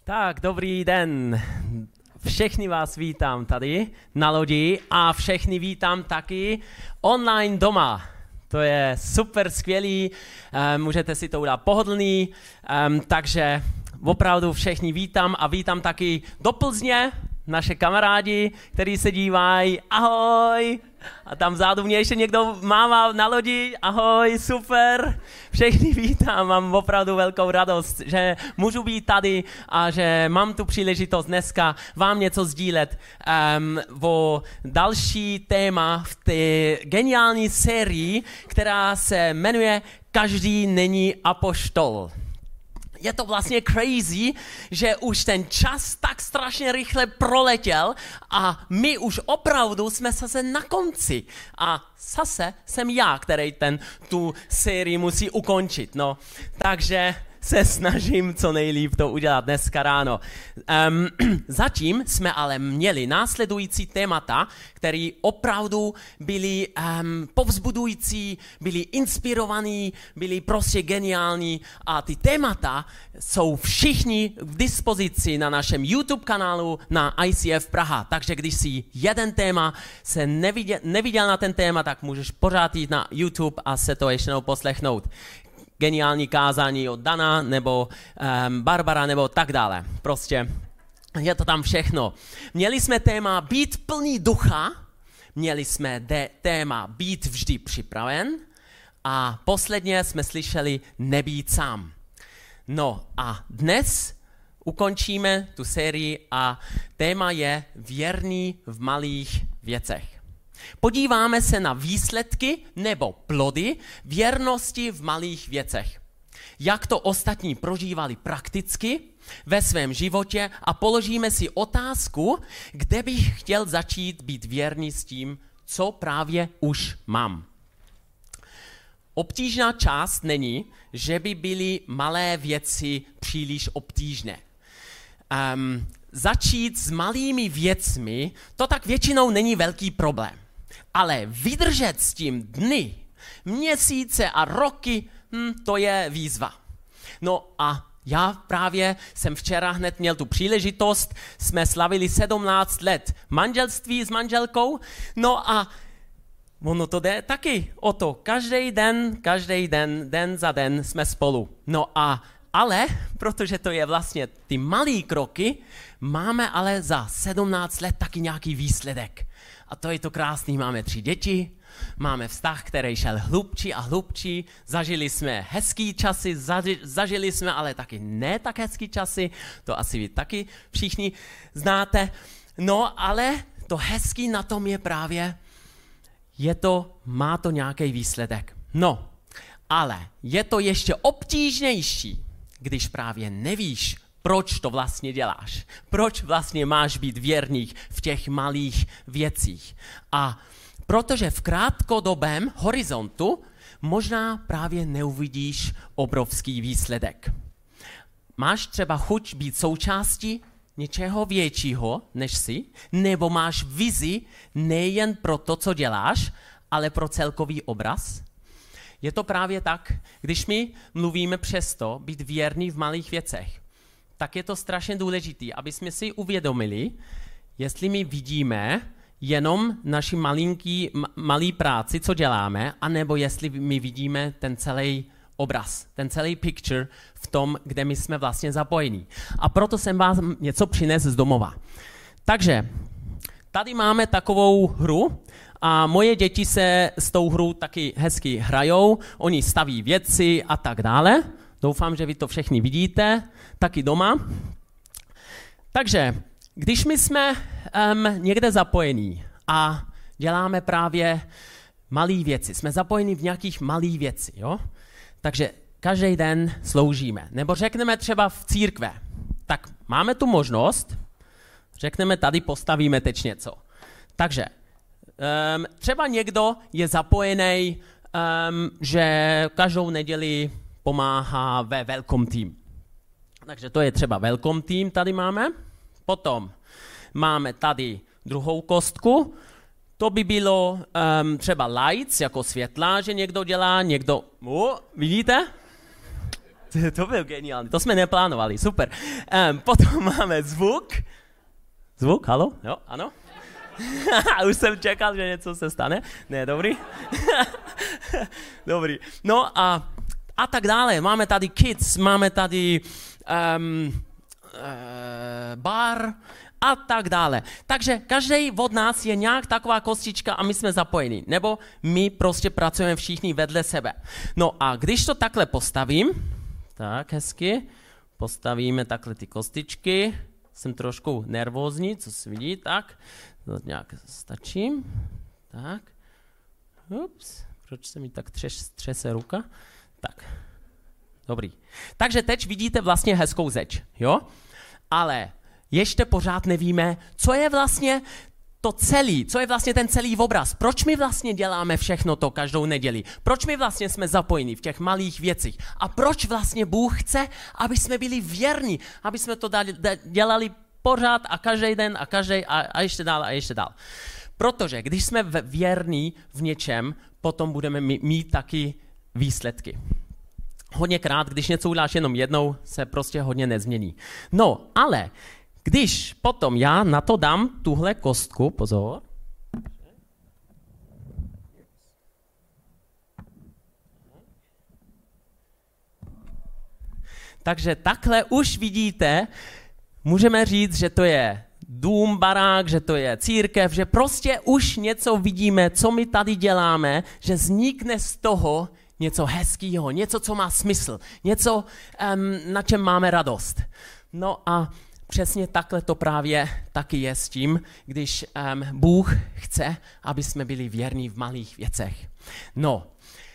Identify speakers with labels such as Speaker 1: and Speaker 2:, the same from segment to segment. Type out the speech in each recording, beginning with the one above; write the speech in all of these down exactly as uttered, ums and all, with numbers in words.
Speaker 1: Tak, dobrý den. Všechny vás vítám tady na lodi a všechny vítám taky online doma. To je super skvělý, um, můžete si to udělat pohodlný, um, takže opravdu všechny vítám a vítám taky do Plzně, naše kamarádi, kteří se dívají. Ahoj! A tam vzadu mě ještě někdo mává na lodi. Ahoj, super! Všechny vítám, mám opravdu velkou radost, že můžu být tady a že mám tu příležitost dneska vám něco sdílet um, o další téma v té geniální sérii, která se jmenuje Každý není apoštol. Je to vlastně crazy, že už ten čas tak strašně rychle proletěl a my už opravdu jsme zase na konci. A zase jsem já, který ten tu sérii musí ukončit. No, takže se snažím co nejlíp to udělat dneska ráno. Um, zatím jsme ale měli následující témata, které opravdu byly um, povzbudující, byly inspirovaný, byly prostě geniální a ty témata jsou všichni k dispozici na našem YouTube kanálu na I C F Praha. Takže když si jeden téma se neviděl, neviděl na ten téma, tak můžeš pořád jít na YouTube a se to ještě jednou poslechnout. Geniální kázání od Dana, nebo um, Barbara, nebo tak dále. Prostě je to tam všechno. Měli jsme téma být plný ducha, měli jsme de- téma být vždy připraven a posledně jsme slyšeli nebýt sám. No a dnes ukončíme tu sérii a téma je věrný v malých věcech. Podíváme se na výsledky nebo plody věrnosti v malých věcech. Jak to ostatní prožívali prakticky ve svém životě a položíme si otázku, kde bych chtěl začít být věrný s tím, co právě už mám. Obtížná část není, že by byly malé věci příliš obtížné. Um, začít s malými věcmi, to tak většinou není velký problém. Ale vydržet s tím dny, měsíce a roky, hm, to je výzva. No a já právě jsem včera hned měl tu příležitost, jsme slavili sedmnáct let manželství s manželkou, no a ono to jde taky o to, každý den, každý den, den za den jsme spolu. No a ale, protože to je vlastně ty malé kroky, máme ale za sedmnáct let taky nějaký výsledek. A to je to krásný, máme tři děti, máme vztah, který šel hlubčí a hlubčí, zažili jsme hezký časy, zaži, zažili jsme ale taky ne tak hezký časy, to asi vy taky všichni znáte. No ale to hezký na tom je právě, je to, má to nějaký výsledek. No, ale je to ještě obtížnější, když právě nevíš, proč to vlastně děláš. Proč vlastně máš být věrný v těch malých věcích. A protože v krátkodobém horizontu možná právě neuvidíš obrovský výsledek. Máš třeba chuť být součástí něčeho většího než jsi, nebo máš vizi nejen pro to, co děláš, ale pro celkový obraz. Je to právě tak, když my mluvíme přesto být věrný v malých věcech, tak je to strašně důležité, aby jsme si uvědomili, jestli my vidíme jenom naši malinký, malý práci, co děláme, anebo jestli my vidíme ten celý obraz, ten celý picture v tom, kde my jsme vlastně zapojení. A proto jsem vás něco přinesl z domova. Takže tady máme takovou hru a moje děti se s tou hrou taky hezky hrajou, oni staví věci a tak dále. Doufám, že vy to všichni vidíte, taky doma. Takže, když my jsme um, někde zapojení a děláme právě malé věci, jsme zapojeni v nějakých malých věci, jo? Takže každý den sloužíme. Nebo řekneme třeba v církve, tak máme tu možnost, řekneme tady postavíme teď něco. Takže um, třeba někdo je zapojený, um, že každou neděli pomáhá ve welcome team. Takže to je třeba welcome team, tady máme. Potom máme tady druhou kostku. To by bylo um, třeba lights, jako světla, že někdo dělá, někdo... Uh, vidíte? to, to byl geniální, to jsme neplánovali, super. Um, potom máme zvuk. Zvuk, halo? Jo, ano? Už jsem čekal, že něco se stane. Ne, dobrý. Dobrý. No a, a tak dále. Máme tady kids, máme tady um, uh, bar a tak dále. Takže každý od nás je nějak taková kostička a my jsme zapojeni. Nebo my prostě pracujeme všichni vedle sebe. No a když to takhle postavím, tak hezky, postavíme takhle ty kostičky. Jsem trošku nervózní, co se vidí, tak. To nějak stačí. Tak. Ups, proč se mi tak třes, třese ruka? Tak. Dobrý. Takže teď vidíte vlastně hezkou zeď, jo? Ale ještě pořád nevíme, co je vlastně to celý, co je vlastně ten celý obraz. Proč my vlastně děláme všechno to každou neděli? Proč my vlastně jsme zapojeni v těch malých věcích? A proč vlastně Bůh chce, aby jsme byli věrní, aby jsme to dělali pořád a každý den a každý a, a ještě dál a ještě dál. Protože když jsme věrní v něčem, potom budeme mít taky výsledky. Hodněkrát, když něco uděláš jenom jednou, se prostě hodně nezmění. No, ale když potom já na to dám tuhle kostku, pozor, takže takhle už vidíte, můžeme říct, že to je dům, barák, že to je církev, že prostě už něco vidíme, co my tady děláme, že vznikne z toho něco hezkého, něco, co má smysl, něco, um, na čem máme radost. No a přesně takhle to právě taky je s tím, když um, Bůh chce, aby jsme byli věrní v malých věcech. No,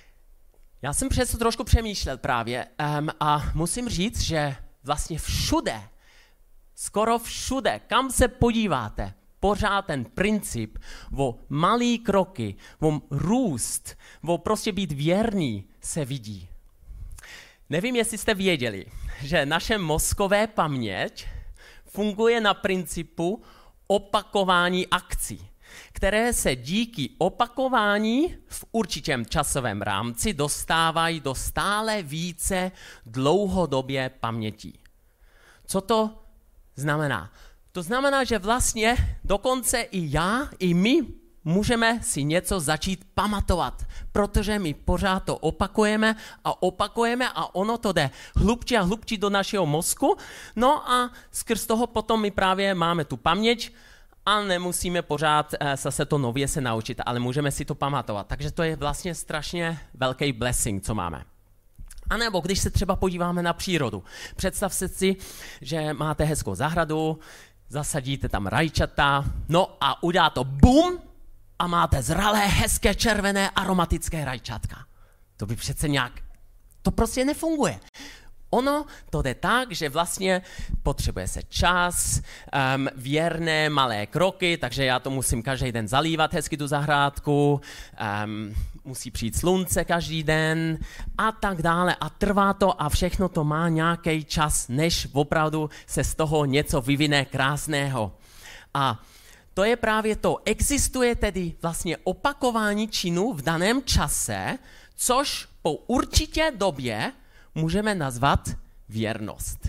Speaker 1: já jsem přesto trošku přemýšlel právě um, a musím říct, že vlastně všude, skoro všude, kam se podíváte, pořád ten princip o malý kroky, o růst, o prostě být věrný se vidí. Nevím, jestli jste věděli, že naše mozkové paměť funguje na principu opakování akcí, které se díky opakování v určitém časovém rámci dostávají do stále více dlouhodobě pamětí. Co to znamená? To znamená, že vlastně dokonce i já, i my můžeme si něco začít pamatovat, protože my pořád to opakujeme a opakujeme a ono to jde hlubčí a hlubčí do našeho mozku. No a skrz toho potom my právě máme tu paměť a nemusíme pořád zase to nově se naučit, ale můžeme si to pamatovat. Takže to je vlastně strašně velký blessing, co máme. A nebo když se třeba podíváme na přírodu. Představte si, že máte hezkou zahradu, zasadíte tam rajčata, no a udělá to bum a máte zralé, hezké, červené, aromatické rajčátka. To by přece nějak, to prostě nefunguje. Ono to jde tak, že vlastně potřebuje se čas, um, věrné malé kroky, takže já to musím každý den zalívat hezky tu zahrádku, um, musí přijít slunce každý den a tak dále. A trvá to a všechno to má nějaký čas, než opravdu se z toho něco vyvine krásného. A to je právě to. Existuje tedy vlastně opakování činu v daném čase, což po určité době můžeme nazvat věrnost.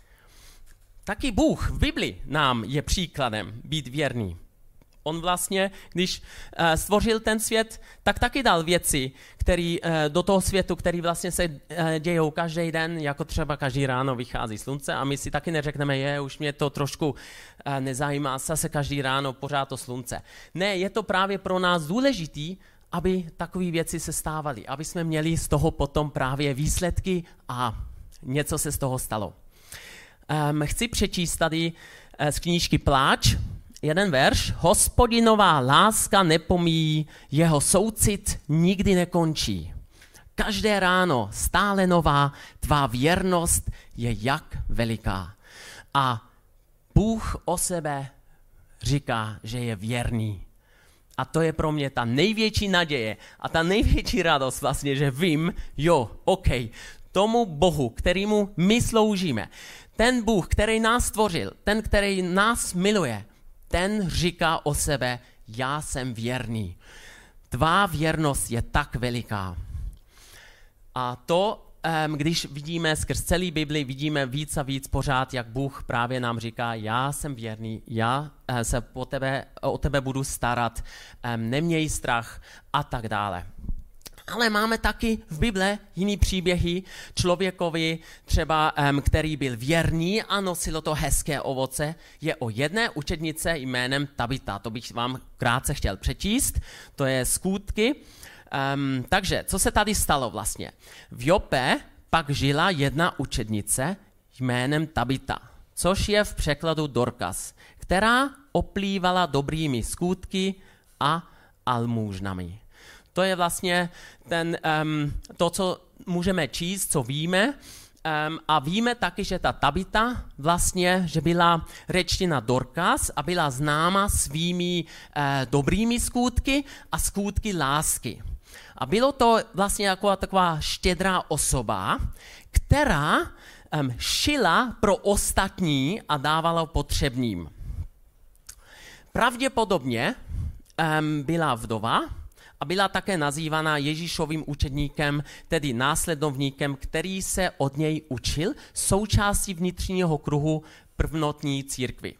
Speaker 1: Taky Bůh v Bibli nám je příkladem být věrný. On vlastně, když uh, stvořil ten svět, tak taky dal věci, který, uh, do toho světu, který vlastně se uh, dějou každý den, jako třeba každý ráno vychází slunce a my si taky neřekneme, je, už mě to trošku uh, nezajímá, zase každý ráno pořád to slunce. Ne, je to právě pro nás důležitý, aby takové věci se stávaly, aby jsme měli z toho potom právě výsledky a něco se z toho stalo. Um, chci přečíst tady uh, z knížky Pláč, jeden verš. Hospodinová láska nepomíjí, jeho soucit nikdy nekončí. Každé ráno stále nová, tvá věrnost je jak veliká. A Bůh o sebe říká, že je věrný. A to je pro mě ta největší naděje a ta největší radost vlastně, že vím, jo, OK, tomu Bohu, kterému my sloužíme, ten Bůh, který nás stvořil, ten, který nás miluje, ten říká o sebe, já jsem věrný. Tvá věrnost je tak veliká. A to když vidíme skrz celý Bibli, vidíme víc a víc pořád, jak Bůh právě nám říká, já jsem věrný, já se o tebe, o tebe budu starat, neměj strach a tak dále. Ale máme taky v Bible jiný příběhy člověkovi, třeba který byl věrný a nosilo to hezké ovoce. Je o jedné učednice jménem Tabita. To bych vám krátce chtěl přečíst. To je Skutky. Um, takže, co se tady stalo vlastně? V Jope pak žila jedna učednice jménem Tabita, což je v překladu Dorkas, která oplývala dobrými skutky a almužnami. To je vlastně ten, um, to, co můžeme číst, co víme. Um, a víme taky, že ta Tabita vlastně, že byla řečtina Dorkas a byla známa svými uh, dobrými skutky a skutky lásky. A bylo to vlastně jako taková štědrá osoba, která um, šila pro ostatní a dávala potřebným. Pravděpodobně um, byla vdova a byla také nazývaná Ježíšovým učedníkem, tedy následovníkem, který se od něj učil, součástí vnitřního kruhu prvotní církvy.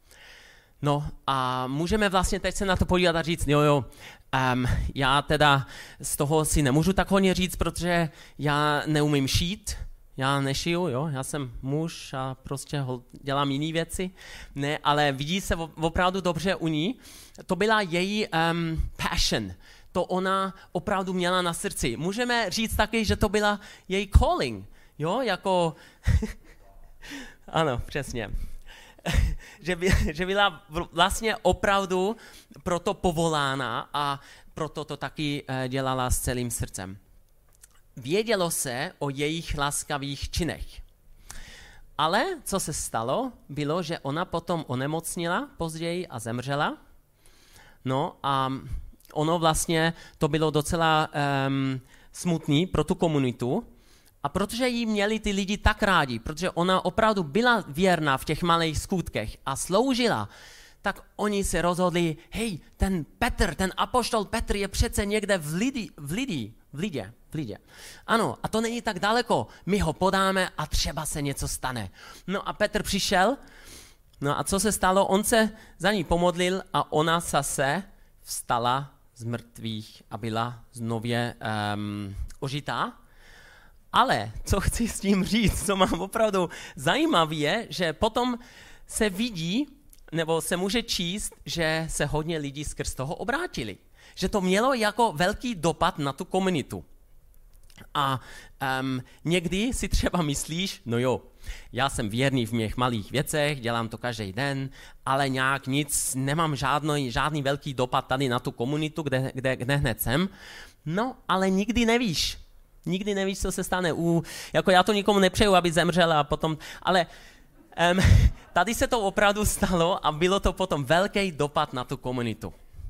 Speaker 1: No a můžeme vlastně teď se na to podívat a říct, jo, jo, um, já teda z toho si nemůžu tak hodně říct, protože já neumím šít, já nešiju, jo, já jsem muž a prostě dělám jiné věci, ne, ale vidí se opravdu dobře u ní. To byla její um, passion, to ona opravdu měla na srdci. Můžeme říct taky, že to byla její calling, jo, jako, ano, přesně. že, by, že byla vlastně opravdu proto povolána a proto to taky dělala s celým srdcem. Vědělo se o jejich laskavých činech. Ale co se stalo, bylo, že ona potom onemocnila později a zemřela. No a ono vlastně, to bylo docela um, smutný pro tu komunitu. A protože jí měli ty lidi tak rádi, protože ona opravdu byla věrná v těch malých skutkech a sloužila, tak oni se rozhodli, hej, ten Petr, ten apoštol Petr je přece někde v Lidi, v Lidi, v Lidě, v Lidě. Ano, a to není tak daleko, my ho podáme a třeba se něco stane. No a Petr přišel, no a co se stalo? On se za ní pomodlil a ona zase vstala z mrtvých a byla znově um, ožitá. Ale co chci s tím říct, co mám opravdu zajímavé, je, že potom se vidí, nebo se může číst, že se hodně lidí skrz toho obrátili. Že to mělo jako velký dopad na tu komunitu. A um, někdy si třeba myslíš, no jo, já jsem věrný v mých malých věcech, dělám to každý den, ale nějak nic, nemám žádný, žádný velký dopad tady na tu komunitu, kde, kde, kde hned jsem. No, ale nikdy nevíš. Nikdy nevíš, co se stane. U, jako já to nikomu nepřeju, aby zemřel a potom, ale um, tady se to opravdu stalo a bylo to potom velký dopad na tu komunitu.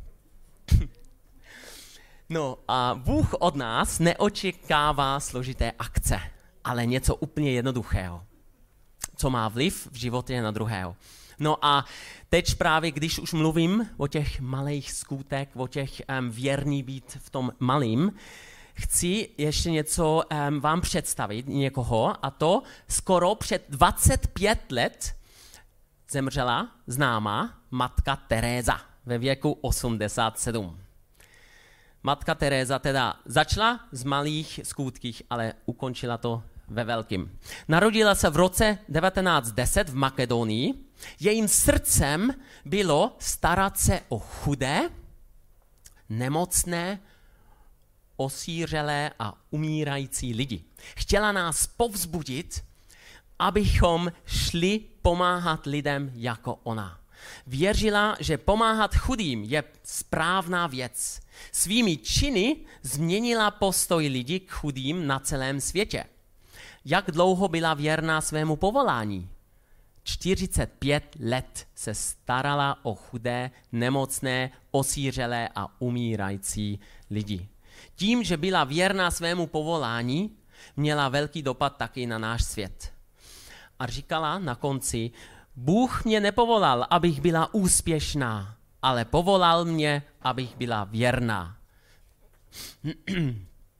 Speaker 1: No a Bůh od nás neočekává složité akce, ale něco úplně jednoduchého, co má vliv v životě na druhého. No a teď právě, když už mluvím o těch malých skutek, o těch um, věrný být v tom malým, chci ještě něco um, vám představit, někoho, a to skoro před dvacet pět let zemřela známá matka Teréza ve věku osmdesát sedm. Matka Teréza teda začala z malých skutkých, ale ukončila to ve velkým. Narodila se v roce devatenáct deset v Makedonii. Jejím srdcem bylo starat se o chudé, nemocné, osířelé a umírající lidi. Chtěla nás povzbudit, abychom šli pomáhat lidem jako ona. Věřila, že pomáhat chudým je správná věc. Svými činy změnila postoj lidí k chudým na celém světě. Jak dlouho byla věrná svému povolání? čtyřicet pět let se starala o chudé, nemocné, osířelé a umírající lidi. Tím, že byla věrná svému povolání, měla velký dopad taky na náš svět. A říkala na konci, Bůh mě nepovolal, abych byla úspěšná, ale povolal mě, abych byla věrná.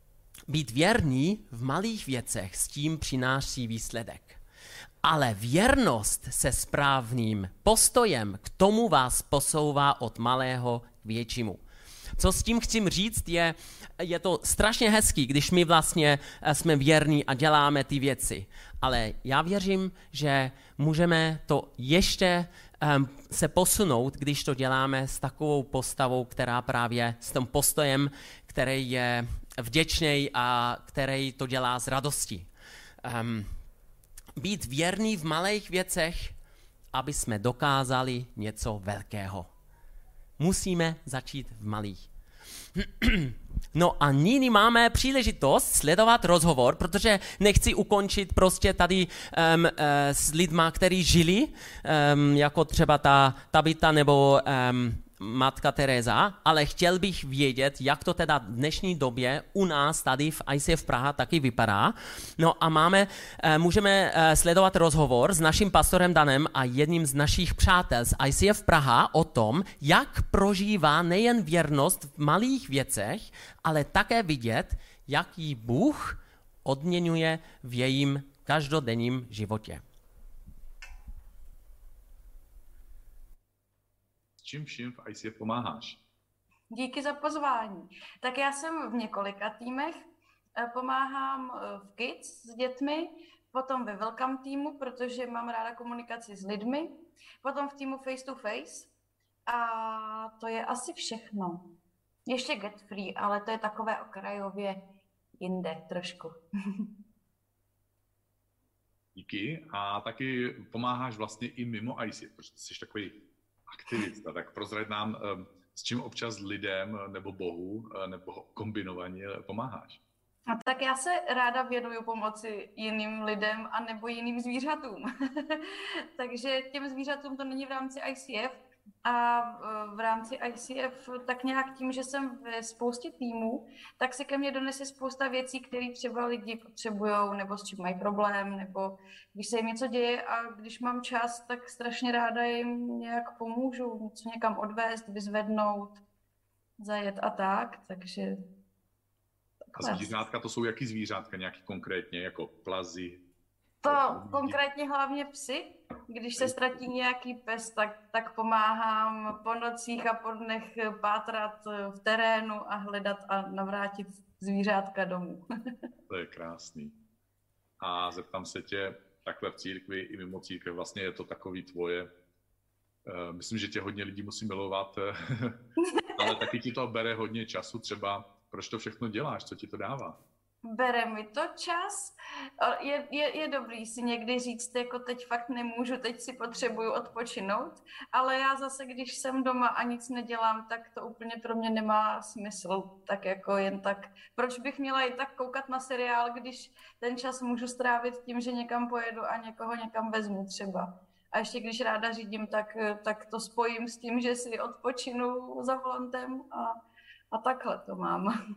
Speaker 1: Být věrný v malých věcech s tím přináší výsledek. Ale věrnost se správným postojem k tomu vás posouvá od malého k většímu. Co s tím chci říct, je, je to strašně hezký, když my vlastně jsme věrní a děláme ty věci. Ale já věřím, že můžeme to ještě um, se posunout, když to děláme s takovou postavou, která právě s tím postojem, který je vděčný a který to dělá s radostí. Um, být věrný v malých věcech, aby jsme dokázali něco velkého. Musíme začít v malých. No a nyní máme příležitost sledovat rozhovor, protože nechci ukončit prostě tady um, uh, s lidma, kteří žili, um, jako třeba ta Tabita nebo um, matka Teresa, ale chtěl bych vědět, jak to teda v dnešní době u nás tady v I C F Praha taky vypadá. No a máme, můžeme sledovat rozhovor s naším pastorem Danem a jedním z našich přátel z I C F Praha o tom, jak prožívá nejen věrnost v malých věcech, ale také vidět, jak ji Bůh odměňuje v jejím každodenním životě.
Speaker 2: Čím vším v I C F pomáháš?
Speaker 3: Díky za pozvání. Tak já jsem v několika týmech, pomáhám v Kids s dětmi, potom ve Welcome týmu, protože mám ráda komunikaci s lidmi, potom v týmu Face to Face a to je asi všechno. Ještě Get Free, ale to je takové okrajově jinde trošku.
Speaker 2: Díky. A taky pomáháš vlastně i mimo I C F, protože jsi takový aktivista, tak prozrať nám, s čím občas lidem nebo Bohu nebo kombinovaně pomáháš.
Speaker 3: A tak já se ráda věnuju pomoci jiným lidem a nebo jiným zvířatům. Takže těm zvířatům to není v rámci I C F a v rámci I C F tak nějak tím, že jsem ve spoustě týmů, tak se ke mně donese spousta věcí, které třeba lidi potřebujou nebo s čím mají problém, nebo když se jim něco děje a když mám čas, tak strašně ráda jim nějak pomůžu, něco někam odvést, vyzvednout, zajet a tak, takže...
Speaker 2: A zvířátka, to jsou jaký zvířátka, nějaký konkrétně, jako plazy?
Speaker 3: To konkrétně hlavně psy. Když se ztratí nějaký pes, tak, tak pomáhám po nocích a po dnech pátrat v terénu a hledat a navrátit zvířátka domů.
Speaker 2: To je krásný. A zeptám se tě, takhle v církvi i mimo církev, vlastně je to takový tvoje, uh, myslím, že tě hodně lidí musí milovat, ale taky ti to bere hodně času třeba. Proč to všechno děláš? Co ti to dává?
Speaker 3: Bere mi to čas. Je, je, je dobrý si někdy říct, jako teď fakt nemůžu, teď si potřebuju odpočinout, ale já zase, když jsem doma a nic nedělám, tak to úplně pro mě nemá smysl. Tak jako jen tak. Proč bych měla i tak koukat na seriál, když ten čas můžu strávit tím, že někam pojedu a někoho někam vezmu třeba. A ještě když ráda řídím, tak, tak to spojím s tím, že si odpočinu za volantem a A takhle to mám.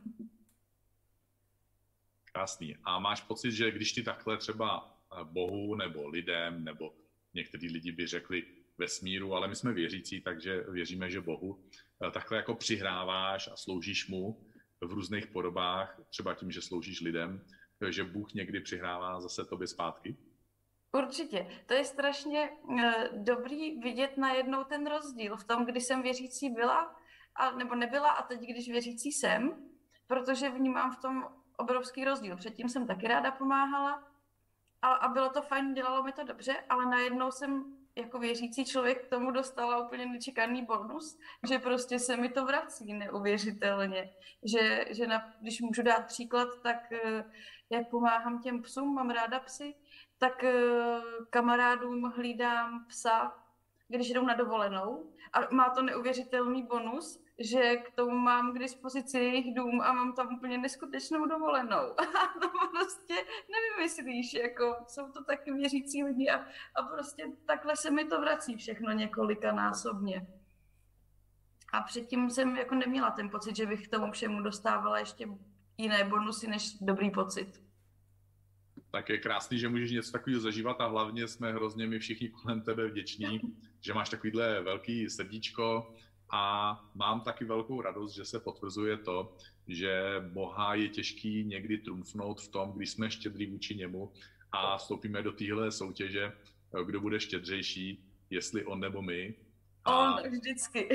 Speaker 2: Krásný. A máš pocit, že když ty takhle třeba Bohu nebo lidem, nebo některý lidi by řekli vesmíru, ale my jsme věřící, takže věříme, že Bohu, takhle jako přihráváš a sloužíš mu v různých podobách, třeba tím, že sloužíš lidem, že Bůh někdy přihrává zase tobě zpátky?
Speaker 3: Určitě. To je strašně uh, dobrý vidět najednou ten rozdíl v tom, kdy jsem věřící byla, a, nebo nebyla a teď, když věřící jsem, protože vnímám v tom obrovský rozdíl. Předtím jsem taky ráda pomáhala a, a bylo to fajn, dělalo mi to dobře, ale najednou jsem jako věřící člověk k tomu dostala úplně nečekaný bonus, že prostě se mi to vrací neuvěřitelně. Že, že na, když můžu dát příklad, tak jak pomáhám těm psům, mám ráda psy, tak kamarádům hlídám psa, když jdou na dovolenou a má to neuvěřitelný bonus, že k tomu mám k dispozici jejich dům a mám tam úplně neskutečnou dovolenou. A to prostě nevymyslíš, jako jsou to taky věřící lidi a, a prostě takhle se mi to vrací všechno několikanásobně. A předtím jsem jako neměla ten pocit, že bych k tomu všemu dostávala ještě jiné bonusy než dobrý pocit.
Speaker 2: Tak je krásný, že můžeš něco takového zažívat a hlavně jsme hrozně my všichni kolem tebe vděční, že máš takovýhle velký srdíčko A mám taky velkou radost, že se potvrzuje to, že Boha je těžký někdy trumfnout v tom, když jsme štědrý vůči němu a vstoupíme do téhle soutěže, kdo bude štědřejší, jestli on nebo my. A
Speaker 3: on vždycky.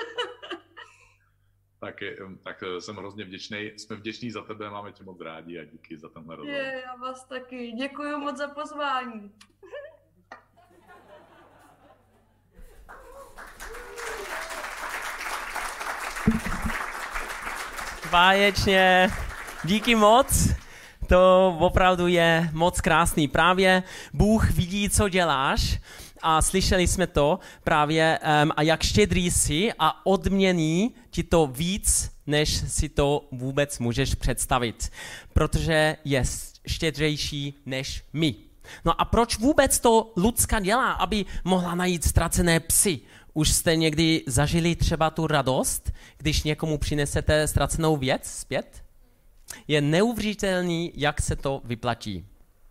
Speaker 2: tak, tak jsem hrozně vděčný. Jsme vděční za tebe, máme tě moc rádi a díky za tenhle rozhovor.
Speaker 3: Je, já vás taky. Děkuji moc za pozvání.
Speaker 1: Báječně, díky moc, to opravdu je moc krásný. Právě Bůh vidí, co děláš a slyšeli jsme to právě um, a jak štědrý jsi a odmění ti to víc, než si to vůbec můžeš představit, protože je štědřejší než my. No a proč vůbec to Lucka dělá, aby mohla najít ztracené psy? Už jste někdy zažili třeba tu radost, když někomu přinesete ztracenou věc zpět? Je neuvěřitelný, jak se to vyplatí.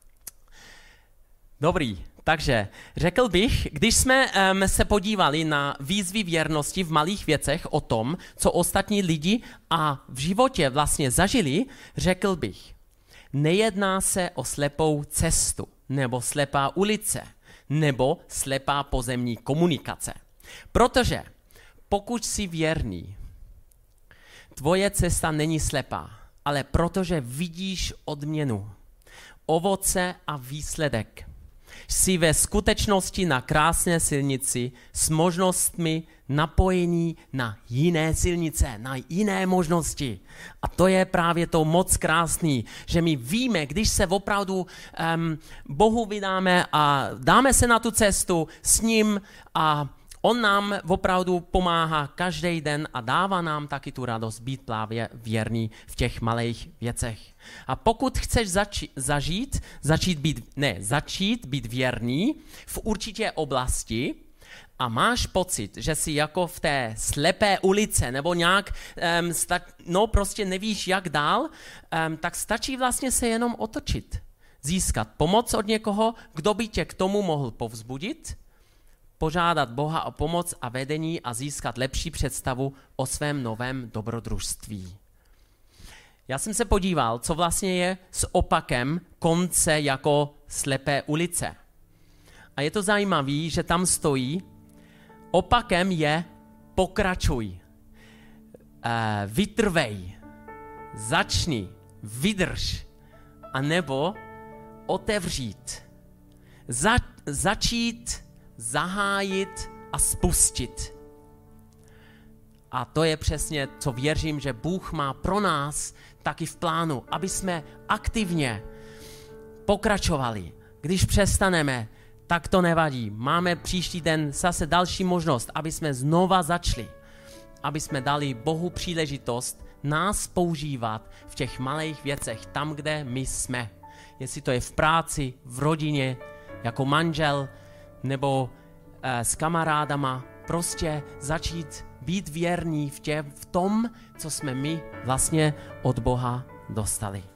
Speaker 1: Dobrý, takže řekl bych, když jsme um, se podívali na výzvy věrnosti v malých věcech o tom, co ostatní lidi a v životě vlastně zažili, řekl bych, nejedná se o slepou cestu, nebo slepá ulice, nebo slepá pozemní komunikace. Protože pokud jsi věrný, tvoje cesta není slepá, ale protože vidíš odměnu, ovoce a výsledek. Jsi ve skutečnosti na krásné silnici s možnostmi napojení na jiné silnice, na jiné možnosti. A to je právě to moc krásný, že my víme, když se opravdu um, Bohu vydáme a dáme se na tu cestu s ním a on nám opravdu pomáhá každý den a dává nám taky tu radost být právě věrný v těch malých věcech. A pokud chceš zači- zažít, začít být, ne, začít být věrný v určité oblasti a máš pocit, že jsi jako v té slepé ulice nebo nějak, um, sta- no prostě nevíš jak dál, um, tak stačí vlastně se jenom otočit. Získat pomoc od někoho, kdo by tě k tomu mohl povzbudit, požádat Boha o pomoc a vedení a získat lepší představu o svém novém dobrodružství. Já jsem se podíval, co vlastně je s opakem konce jako slepé ulice. A je to zajímavé, že tam stojí, opakem je pokračuj, vytrvej, začni, vydrž, anebo otevřít, za, začít, zahájit a spustit. A to je přesně, co věřím, že Bůh má pro nás taky v plánu, aby jsme aktivně pokračovali. Když přestaneme, tak to nevadí. Máme příští den zase další možnost, aby jsme znova začali. Aby jsme dali Bohu příležitost nás používat v těch malých věcech, tam, kde my jsme. Jestli to je v práci, v rodině, jako manžel, nebo eh, s kamarádama, prostě začít být věrní v, tě, v tom, co jsme my vlastně od Boha dostali.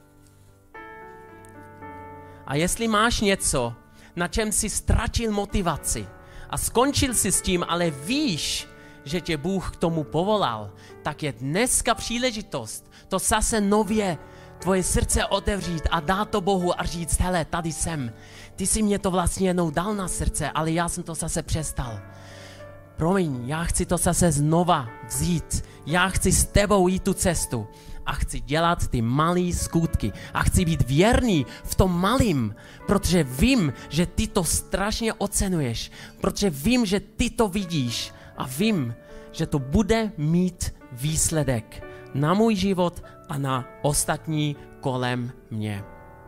Speaker 1: A jestli máš něco, na čem jsi ztratil motivaci a skončil si s tím, ale víš, že tě Bůh k tomu povolal, tak je dneska příležitost to zase nově tvoje srdce otevřít a dát to Bohu a říct, hele, tady jsem. Ty jsi mě to vlastně jednou dal na srdce, ale já jsem to zase přestal. Promiň, já chci to zase znova vzít. Já chci s tebou jít tu cestu a chci dělat ty malé skutky a chci být věrný v tom malým, protože vím, že ty to strašně ocenuješ, protože vím, že ty to vidíš a vím, že to bude mít výsledek na můj život a na ostatní kolem mě.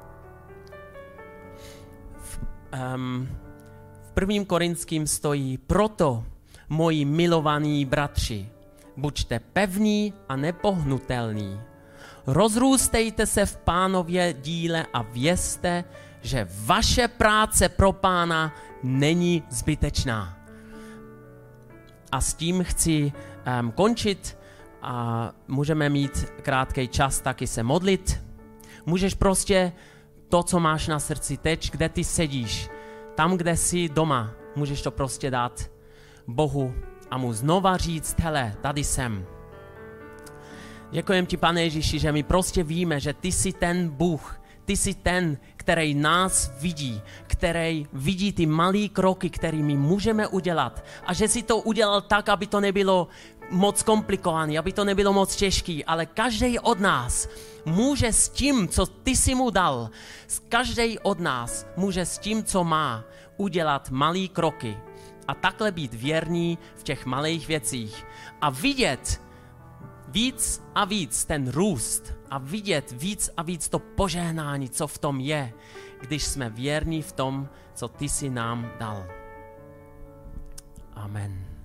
Speaker 1: V, um, v prvním Korinským stojí, proto, moji milovaní bratři, buďte pevní a nepohnutelní. Rozrůstejte se v Pánově díle a vězte, že vaše práce pro Pána není zbytečná. A s tím chci um, končit a můžeme mít krátký čas taky se modlit. Můžeš prostě to, co máš na srdci teď, kde ty sedíš, tam, kde jsi doma, můžeš to prostě dát Bohu a mu znova říct, hele, tady jsem. Děkujem ti, Pane Ježíši, že my prostě víme, že ty jsi ten Bůh, ty jsi ten, který nás vidí, který vidí ty malé kroky, které my můžeme udělat a že si to udělal tak, aby to nebylo moc komplikované, aby to nebylo moc těžké, ale každý od nás může s tím, co ty si mu dal, každý od nás může s tím, co má, udělat malé kroky a takhle být věrný v těch malých věcích a vidět víc a víc ten růst a vidět víc a víc to požehnání, co v tom je, když jsme věrní v tom, co ty si nám dal. Amen.